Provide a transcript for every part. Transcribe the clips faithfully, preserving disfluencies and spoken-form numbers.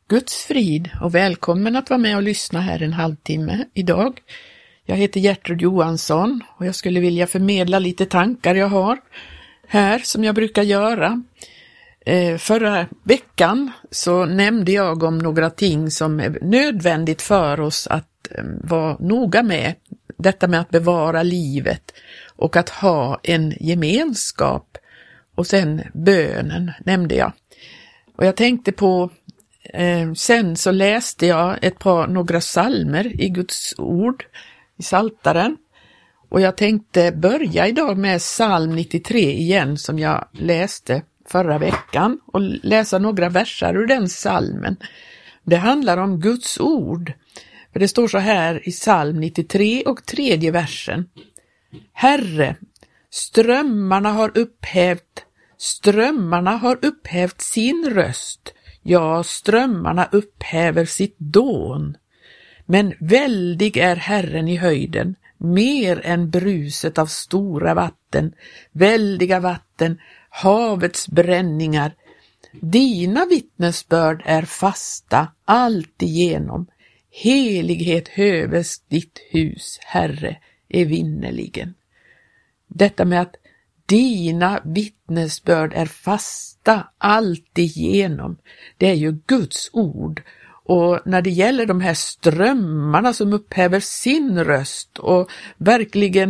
Guds frid och välkommen att vara med och lyssna här en halvtimme idag. Jag heter Gertrud Johansson och jag skulle vilja förmedla lite tankar jag har här som jag brukar göra. Eh, förra veckan så nämnde jag om några ting som är nödvändigt för oss att eh, vara noga med. Detta med att bevara livet och att ha en gemenskap. Och sen bönen nämnde jag. Och jag tänkte på Eh, sen så läste jag ett par några psalmer i Guds ord i Psaltaren och jag tänkte börja idag med psalm nittiotre igen som jag läste förra veckan och läsa några versar ur den psalmen. Det handlar om Guds ord, för det står så här i psalm nittiotre och tredje versen: Herre, strömmarna har upphävt strömmarna har upphävt sin röst. Ja, strömmarna upphäver sitt dån. Men väldig är Herren i höjden, mer än bruset av stora vatten, väldiga vatten, havets bränningar. Dina vittnesbörd är fasta, allt igenom. Helighet höves ditt hus, Herre, evinnerligen. Detta med att dina vittnesbörd är fasta allt igenom. Det är ju Guds ord. Och när det gäller de här strömmarna som upphäver sin röst och verkligen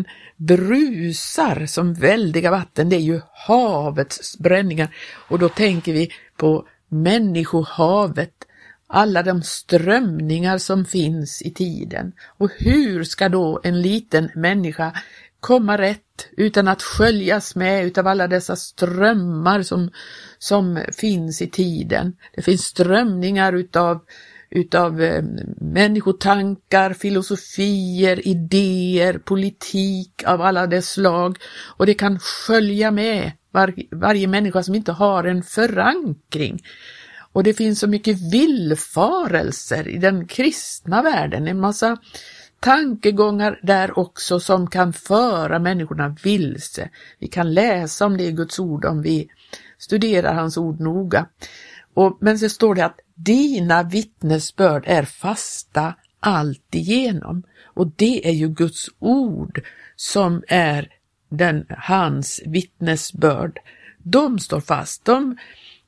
brusar som väldiga vatten, det är ju havets bränningar. Och då tänker vi på människohavet, alla de strömningar som finns i tiden. Och hur ska då en liten människa komma rätt utan att sköljas med utav alla dessa strömmar som, som finns i tiden? Det finns strömningar utav, utav eh, människotankar, filosofier, idéer, politik av alla dess slag, och det kan skölja med var, varje människa som inte har en förankring. Och det finns så mycket villfarelser i den kristna världen, en massa tankegångar där också som kan föra människorna vilse. Vi kan läsa om det i Guds ord om vi studerar hans ord noga. Och, men så står det att dina vittnesbörd är fasta allt igenom. Och det är ju Guds ord som är den, hans vittnesbörd. De står fast, de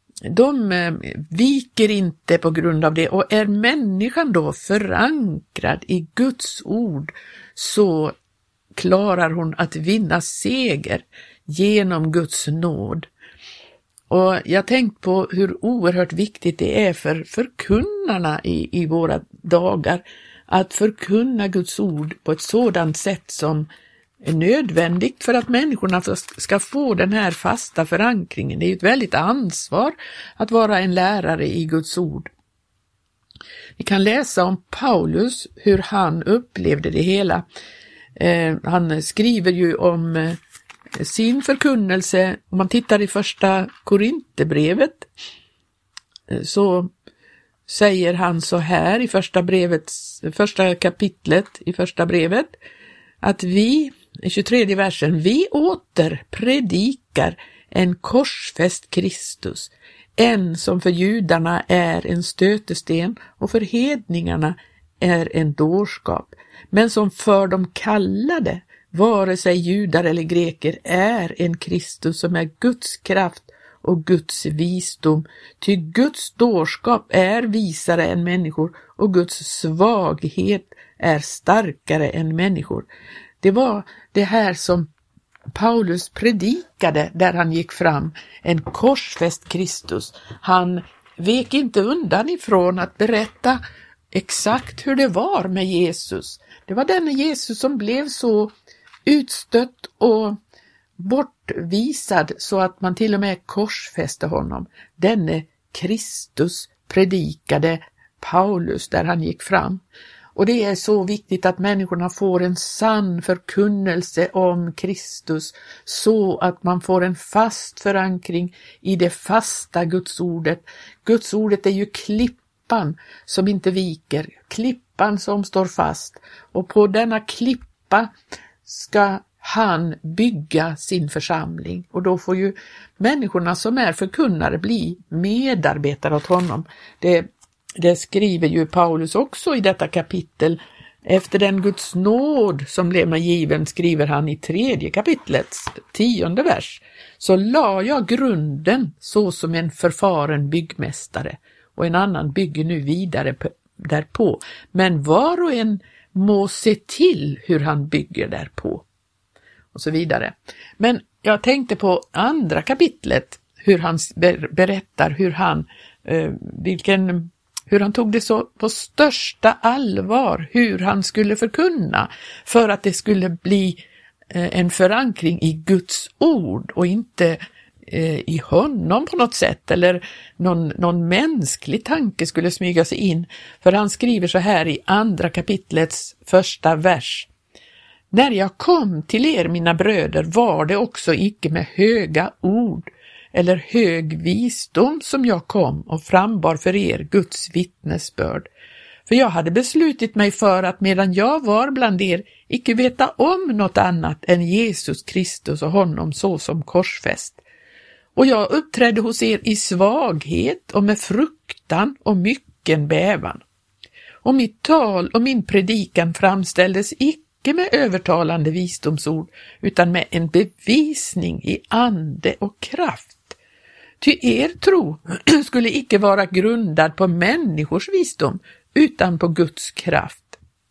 De viker inte på grund av det, och är människan då förankrad i Guds ord så klarar hon att vinna seger genom Guds nåd. Och jag tänkt på hur oerhört viktigt det är för förkunnarna i, i våra dagar att förkunna Guds ord på ett sådant sätt som är nödvändigt för att människorna ska få den här fasta förankringen. Det är ju ett väldigt ansvar att vara en lärare i Guds ord. Vi kan läsa om Paulus, hur han upplevde det hela. Eh, han skriver ju om eh, sin förkunnelse. Om man tittar i första Korinthierbrevet eh, så säger han så här i första brevets, första kapitlet i första brevet, att vi, i tjugotredje versen, vi åter predikar en korsfäst Kristus, en som för judarna är en stötesten och för hedningarna är en dårskap, men som för de kallade, vare sig judar eller greker, är en Kristus som är Guds kraft och Guds visdom. Ty Guds dårskap är visare än människor och Guds svaghet är starkare än människor. Det var det här som Paulus predikade där han gick fram, en korsfäst Kristus. Han vek inte undan ifrån att berätta exakt hur det var med Jesus. Det var denne Jesus som blev så utstött och bortvisad så att man till och med korsfäste honom. Denne Kristus predikade Paulus där han gick fram. Och det är så viktigt att människorna får en sann förkunnelse om Kristus så att man får en fast förankring i det fasta Gudsordet. Gudsordet är ju klippan som inte viker, klippan som står fast. Och på denna klippa ska han bygga sin församling. Och då får ju människorna som är förkunnare bli medarbetare åt honom. Det det skriver ju Paulus också i detta kapitel. Efter den Guds nåd som blev mig given, skriver han i tredje kapitlets tionde vers, så la jag grunden så som en förfaren byggmästare, och en annan bygger nu vidare därpå. Men var och en må se till hur han bygger därpå. Och så vidare. Men jag tänkte på andra kapitlet, hur han berättar hur han, eh, vilken... hur han tog det så på största allvar, hur han skulle förkunna för att det skulle bli eh, en förankring i Guds ord och inte eh, i honom på något sätt, eller någon, någon mänsklig tanke skulle smyga sig in. För han skriver så här i andra kapitlets första vers: när jag kom till er, mina bröder, var det också icke med höga ord eller hög visdom som jag kom och frambar för er Guds vittnesbörd. För jag hade beslutit mig för att medan jag var bland er icke veta om något annat än Jesus Kristus och honom så som korsfäst. Och jag uppträdde hos er i svaghet och med fruktan och mycken bävan. Och mitt tal och min predikan framställdes icke med övertalande visdomsord, utan med en bevisning i ande och kraft. Ty er tro skulle icke vara grundad på människors visdom, utan på Guds kraft.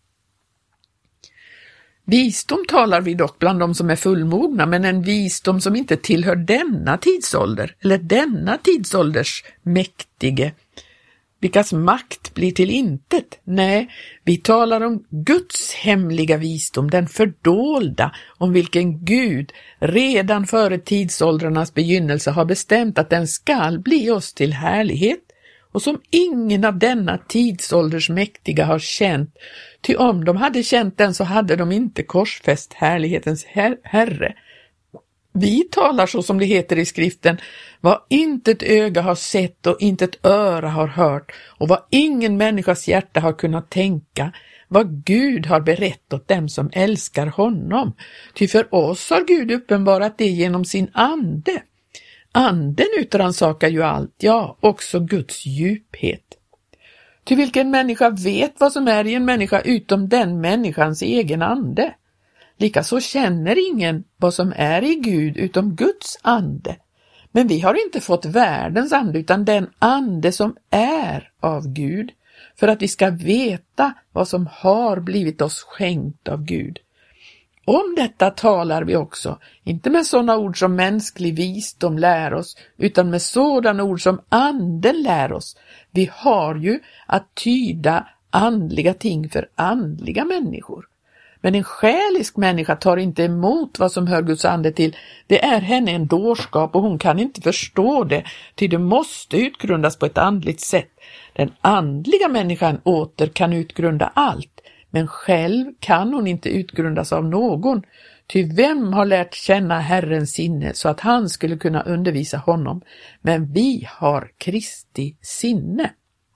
Visdom talar vi dock bland de som är fullmogna, men en visdom som inte tillhör denna tidsålder, eller denna tidsålders mäktige, vilkas makt blir till intet. Nej, vi talar om Guds hemliga visdom, den fördolda, om vilken Gud redan före tidsåldrarnas begynnelse har bestämt att den skall bli oss till härlighet, och som ingen av denna tidsålders mäktiga har känt, ty om de hade känt den så hade de inte korsfäst härlighetens her- herre. Vi talar så som det heter i skriften: vad intet öga har sett och intet öra har hört, och vad ingen människas hjärta har kunnat tänka, vad Gud har berett åt dem som älskar honom. Ty för oss har Gud uppenbarat det genom sin ande. Anden utransakar ju allt, ja, också Guds djuphet. Ty vilken människa vet vad som är i en människa utom den människans egen ande? Likaså känner ingen vad som är i Gud utom Guds ande. Men vi har inte fått världens ande, utan den ande som är av Gud, för att vi ska veta vad som har blivit oss skänkt av Gud. Om detta talar vi också, inte med sådana ord som mänsklig visdom lär oss, utan med sådana ord som anden lär oss. Vi har ju att tyda andliga ting för andliga människor. Men en själisk människa tar inte emot vad som hör Guds ande till. Det är henne en dårskap, och hon kan inte förstå det, ty det måste utgrundas på ett andligt sätt. Den andliga människan åter kan utgrunda allt, men själv kan hon inte utgrundas av någon. Ty vem har lärt känna Herrens sinne så att han skulle kunna undervisa honom? Men vi har Kristi sinne.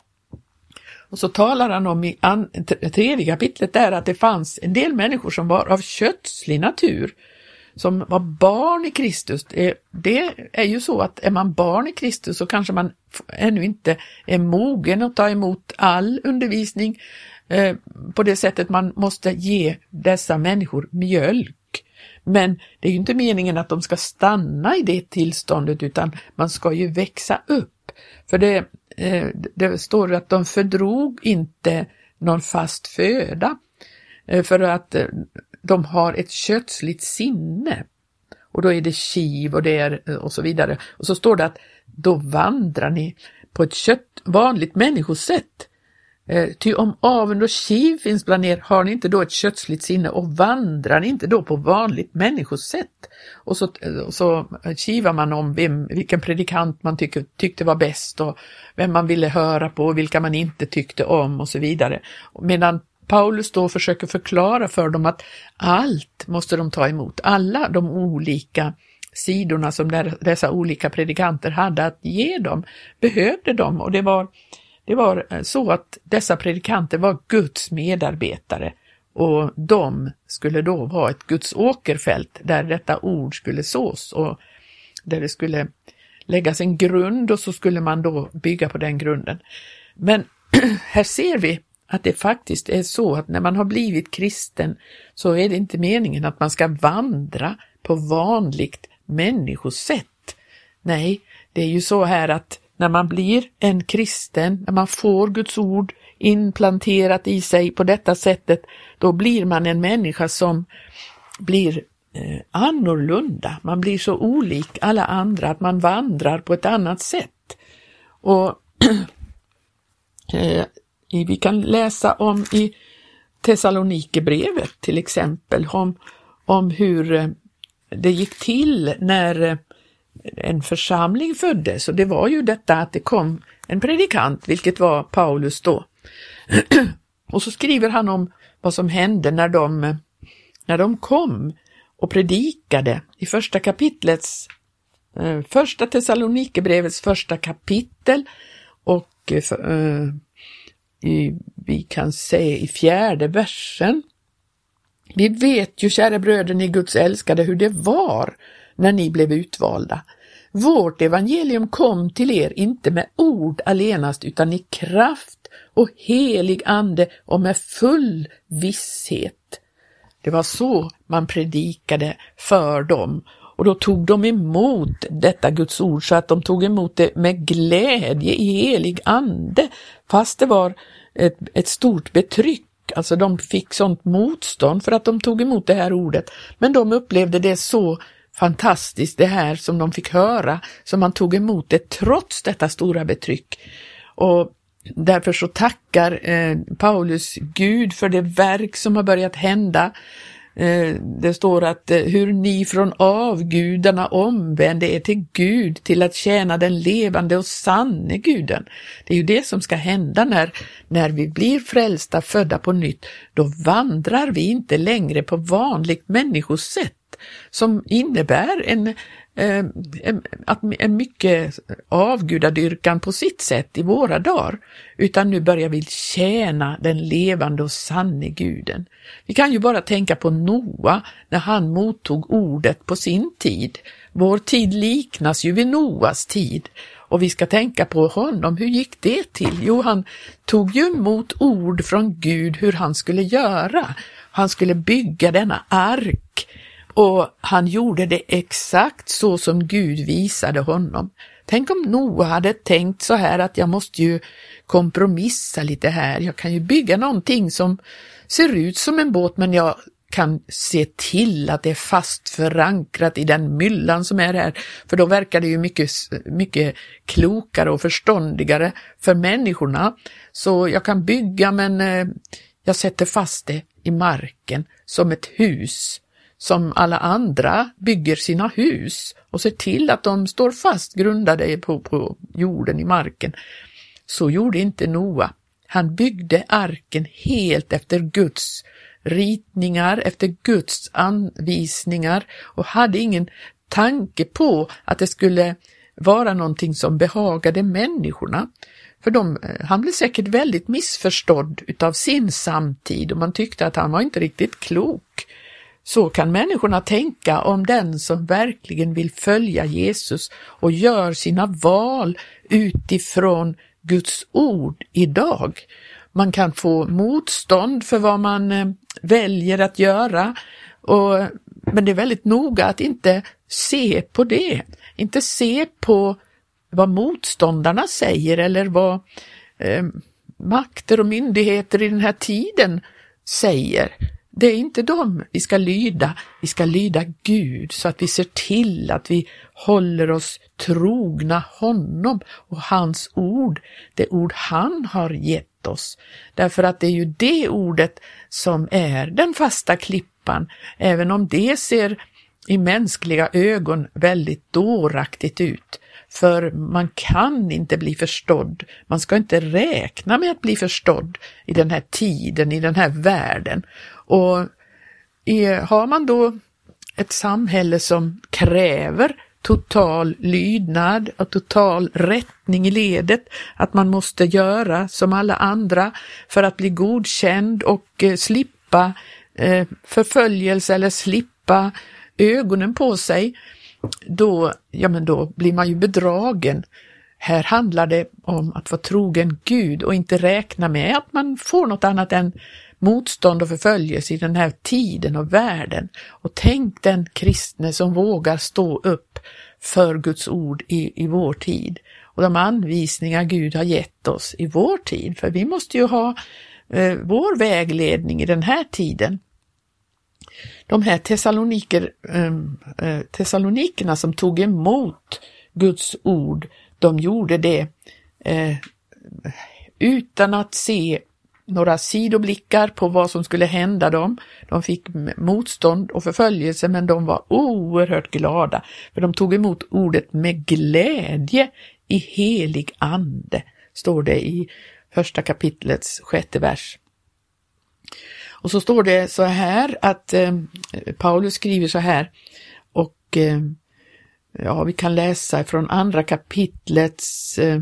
Och så talar han om i an, tredje kapitlet där att det fanns en del människor som var av kötslig natur, som var barn i Kristus. Det, det är ju så att är man barn i Kristus så kanske man ännu inte är mogen att ta emot all undervisning eh, på det sättet man måste ge dessa människor mjölk. Men det är ju inte meningen att de ska stanna i det tillståndet, utan man ska ju växa upp. För det Det står att de fördrog inte någon fast föda, för att de har ett kötsligt sinne. Och då är det kiv och det är och så vidare. Och så står det att då vandrar ni på ett kött, vanligt människosätt. Ty om avund och kiv finns bland er, har ni inte då ett kötsligt sinne och vandrar ni inte då på vanligt människosätt? Och så, och så kivar man om vem, vilken predikant man tyckte, tyckte var bäst och vem man ville höra på och vilka man inte tyckte om och så vidare. Medan Paulus då försöker förklara för dem att allt måste de ta emot. Alla de olika sidorna som dessa olika predikanter hade att ge dem behövde de, och det var Det var så att dessa predikanter var Guds medarbetare, och de skulle då vara ett Guds åkerfält där detta ord skulle sås och där det skulle läggas en grund, och så skulle man då bygga på den grunden. Men här ser vi att det faktiskt är så att när man har blivit kristen så är det inte meningen att man ska vandra på vanligt människosätt. Nej, det är ju så här att när man blir en kristen, när man får Guds ord implanterat i sig på detta sättet, då blir man en människa som blir eh, annorlunda. Man blir så olik alla andra att man vandrar på ett annat sätt. Och eh, vi kan läsa om i Thessalonikerbrevet till exempel om, om hur eh, det gick till när eh, en församling föddes. Och det var ju detta att det kom en predikant, vilket var Paulus då. Och så skriver han om vad som hände när de, när de kom och predikade i första kapitlets, eh, första Thessalonikerbrevets första kapitel och eh, i, vi kan se i fjärde versen. Vi vet ju, kära bröder, ni Guds älskade, hur det var när ni blev utvalda. Vårt evangelium kom till er inte med ord allenast utan i kraft och helig ande och med full visshet. Det var så man predikade för dem. Och då tog de emot detta Guds ord så att de tog emot det med glädje i helig ande. Fast det var ett, ett stort betryck. Alltså de fick sånt motstånd för att de tog emot det här ordet. Men de upplevde det så fantastiskt, det här som de fick höra, som man tog emot det trots detta stora betryck. Och därför så tackar eh, Paulus Gud för det verk som har börjat hända. Eh, det står att eh, hur ni från avgudarna omvände er till Gud till att tjäna den levande och sanne Guden. Det är ju det som ska hända när, när vi blir frälsta, födda på nytt. Då vandrar vi inte längre på vanligt människosätt som innebär en, eh, en, en mycket avgudadyrkan på sitt sätt i våra dagar, utan nu börjar vi tjäna den levande och sanne Guden. Vi kan ju bara tänka på Noa när han mottog ordet på sin tid. Vår tid liknas ju vid Noas tid. Och vi ska tänka på honom. Hur gick det till? Jo, han tog ju emot ord från Gud hur han skulle göra. Han skulle bygga denna ark. Och han gjorde det exakt så som Gud visade honom. Tänk om Noa hade tänkt så här att jag måste ju kompromissa lite här. Jag kan ju bygga någonting som ser ut som en båt, men jag kan se till att det är fast förankrat i den myllan som är här. För då verkar det ju mycket, mycket klokare och förståndigare för människorna. Så jag kan bygga, men eh, jag sätter fast det i marken som ett hus. Som alla andra bygger sina hus och ser till att de står fast grundade på, på jorden i marken. Så gjorde inte Noa. Han byggde arken helt efter Guds ritningar, efter Guds anvisningar och hade ingen tanke på att det skulle vara någonting som behagade människorna. För de, han blev säkert väldigt missförstådd utav sin samtid och man tyckte att han var inte riktigt klok. Så kan människorna tänka om den som verkligen vill följa Jesus och gör sina val utifrån Guds ord idag. Man kan få motstånd för vad man eh, väljer att göra, och, men det är väldigt noga att inte se på det. Inte se på vad motståndarna säger eller vad eh, makter och myndigheter i den här tiden säger. Det är inte dem vi ska lyda, vi ska lyda Gud så att vi ser till att vi håller oss trogna honom och hans ord, det ord han har gett oss. Därför att det är ju det ordet som är den fasta klippan, även om det ser i mänskliga ögon väldigt dåraktigt ut. För man kan inte bli förstådd, man ska inte räkna med att bli förstådd i den här tiden, i den här världen. Och är, har man då ett samhälle som kräver total lydnad och total rättning i ledet, att man måste göra som alla andra för att bli godkänd och eh, slippa eh, förföljelse eller slippa ögonen på sig, då, ja men då blir man ju bedragen. Här handlar det om att vara trogen Gud och inte räkna med att man får något annat än motstånd och förföljelse i den här tiden och världen. Och tänk den kristne som vågar stå upp för Guds ord i, i vår tid. Och de anvisningar Gud har gett oss i vår tid. För vi måste ju ha eh, vår vägledning i den här tiden. De här Thessaloniker, eh, Thessalonikerna som tog emot Guds ord, de gjorde det eh, utan att se några sidoblickar på vad som skulle hända dem. De fick motstånd och förföljelse, men de var oerhört glada. För de tog emot ordet med glädje i helig ande, står det i första kapitlets sjätte vers. Och så står det så här att eh, Paulus skriver så här, och eh, ja, vi kan läsa från andra kapitlets eh,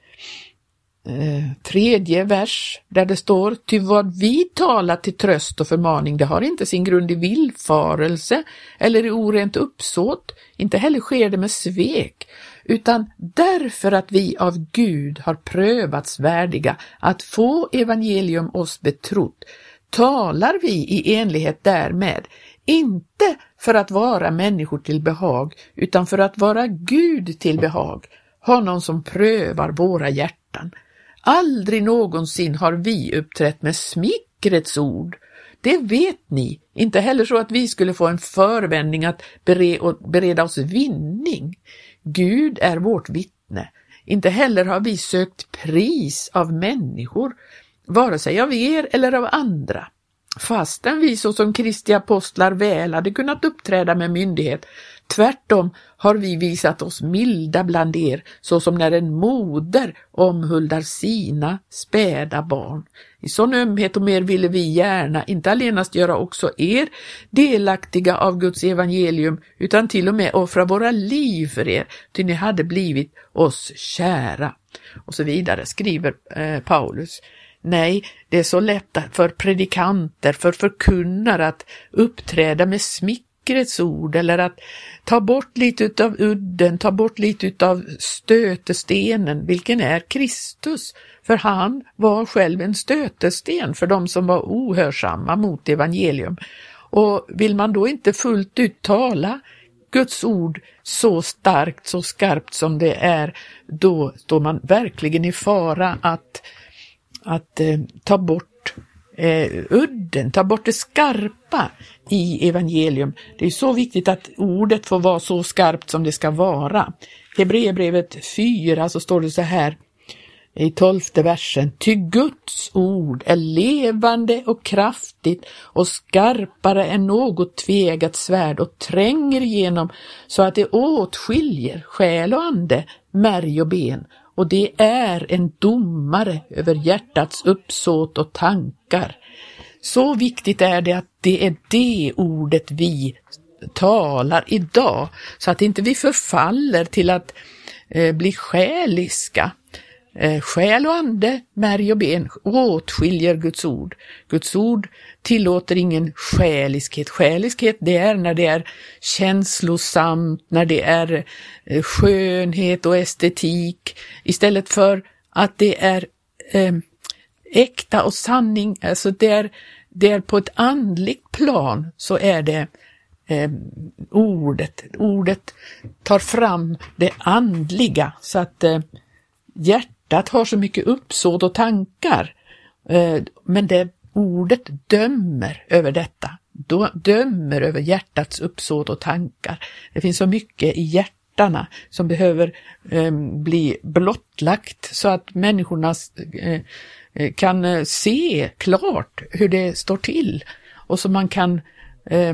eh, tredje vers, där det står: ty vad vi talar till tröst och förmaning, det har inte sin grund i villfarelse eller i orent uppsåt, inte heller sker det med svek, utan därför att vi av Gud har prövats värdiga att få evangelium oss betrott, talar vi i enlighet därmed, inte för att vara människor till behag, utan för att vara Gud till behag, honom som prövar våra hjärtan. Aldrig någonsin har vi uppträtt med smickrets ord. Det vet ni, inte heller så att vi skulle få en förvändning att bereda oss vinning. Gud är vårt vittne. Inte heller har vi sökt pris av människor, vare sig av er eller av andra. Fastän vi så som Kristi apostlar väl hade kunnat uppträda med myndighet, tvärtom har vi visat oss milda bland er, så som när en moder omhuldar sina späda barn. I sån ömhet och mer ville vi gärna inte allenast göra också er delaktiga av Guds evangelium, utan till och med offra våra liv för er, ty ni hade blivit oss kära. Och så vidare skriver eh, Paulus. Nej, det är så lätt för predikanter, för förkunnare att uppträda med smickrets ord, eller att ta bort lite av udden, ta bort lite av stötestenen, vilken är Kristus. För han var själv en stötesten för de som var ohörsamma mot evangelium. Och vill man då inte fullt ut tala Guds ord så starkt, så skarpt som det är, då står man verkligen i fara att att eh, ta bort eh, udden, ta bort det skarpa i evangelium. Det är så viktigt att ordet får vara så skarpt som det ska vara. Hebreerbrevet fyra så står det så här i tolfte versen: ty Guds ord är levande och kraftigt och skarpare än något tvegat svärd och tränger igenom så att det åtskiljer själ och ande, märg och ben. Och det är en domare över hjärtats uppsåt och tankar. Så viktigt är det att det är det ordet vi talar idag, så att inte vi förfaller till att eh, bli själiska. Eh, själ och ande, märg och ben åtskiljer Guds ord. Guds ord tillåter ingen själiskhet. Själiskhet, det är när det är känslosamt, när det är eh, skönhet och estetik, istället för att det är eh, äkta och sanning. Alltså det är, det är på ett andligt plan, så är det eh, ordet. Ordet tar fram det andliga, så att eh, hjärtat har så mycket uppsåt och tankar, eh, men det ordet dömer över detta, dömer över hjärtats uppsåt och tankar. Det finns så mycket i hjärtarna som behöver eh, bli blottlagt, så att människorna eh, kan se klart hur det står till, och så man kan eh,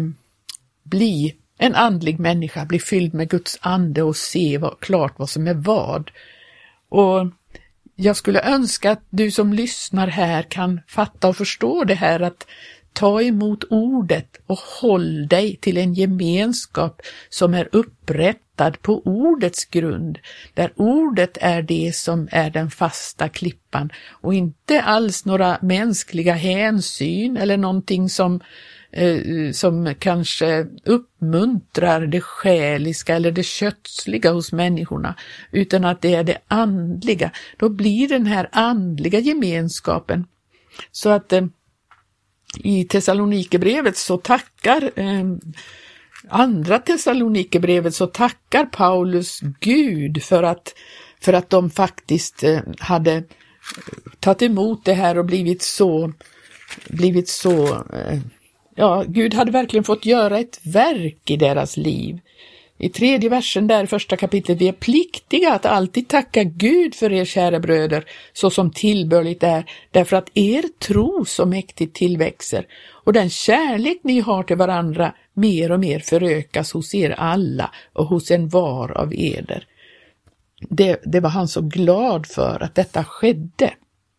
bli en andlig människa, bli fylld med Guds ande och se vad, klart vad som är vad. Och jag skulle önska att du som lyssnar här kan fatta och förstå det här, att ta emot ordet och håll dig till en gemenskap som är upprättad fattad på ordets grund, där ordet är det som är den fasta klippan och inte alls några mänskliga hänsyn eller någonting som, eh, som kanske uppmuntrar det själiska eller det kötsliga hos människorna, utan att det är det andliga. Då blir den här andliga gemenskapen så att eh, i Thessalonikerbrevet så tackar eh, andra Thessalonikerbrevet så tackar Paulus Gud för att, för att de faktiskt eh, hade tagit emot det här och blivit så, blivit så eh, ja, Gud hade verkligen fått göra ett verk i deras liv. I tredje versen där, första kapitlet, vi är pliktiga att alltid tacka Gud för er kära bröder, så som tillbörligt är, därför att er tro så mäktigt tillväxer, och den kärlek ni har till varandra mer och mer förökas hos er alla och hos en var av eder. Det, det var han så glad för att detta skedde.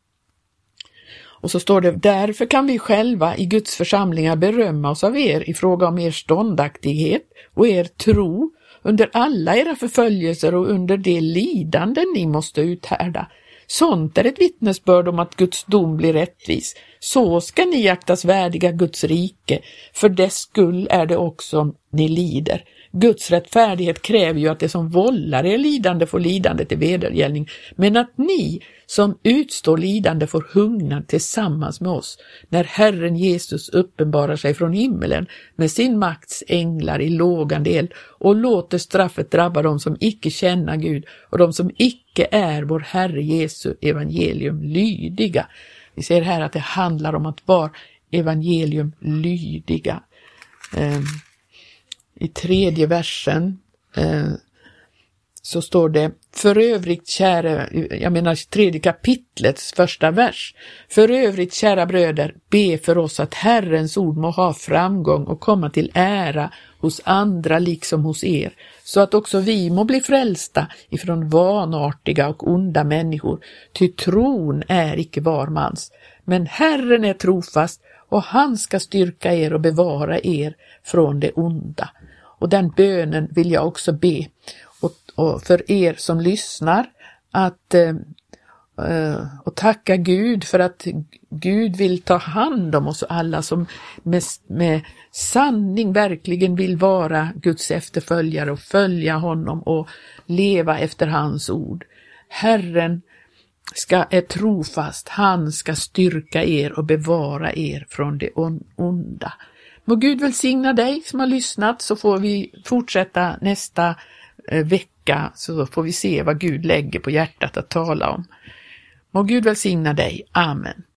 Och så står det, därför kan vi själva i Guds församlingar berömma oss av er i fråga om er ståndaktighet och er tro under alla era förföljelser och under det lidande ni måste uthärda. Sånt är ett vittnesbörd om att Guds dom blir rättvis. Så ska ni aktas värdiga Guds rike, för dess skull är det också ni lider. Guds rättfärdighet kräver ju att det som vållar er lidande får lidande till vedergällning, men att ni som utstår lidande får hungna tillsammans med oss när Herren Jesus uppenbarar sig från himmelen med sin makts änglar i lågande eld och låter straffet drabba dem som icke känner Gud och de som icke är vår Herre Jesu evangelium lydiga. Vi ser här att det handlar om att vara evangelium lydiga. Um, I tredje versen eh, så står det, för övrigt kära, jag menar tredje kapitlets första vers, för övrigt kära bröder, be för oss att Herrens ord må ha framgång och komma till ära hos andra liksom hos er, så att också vi må bli frälsta ifrån vanartiga och onda människor, ty tron är icke var mans, men Herren är trofast och han ska styrka er och bevara er från det onda. Och den bönen vill jag också be och, och för er som lyssnar att eh, och tacka Gud för att Gud vill ta hand om oss alla som med, med sanning verkligen vill vara Guds efterföljare och följa honom och leva efter hans ord. Herren ska är trofast, han ska styrka er och bevara er från det onda. Må Gud välsigna dig som har lyssnat, så får vi fortsätta nästa eh, vecka, så får vi se vad Gud lägger på hjärtat att tala om. Må Gud välsigna dig. Amen.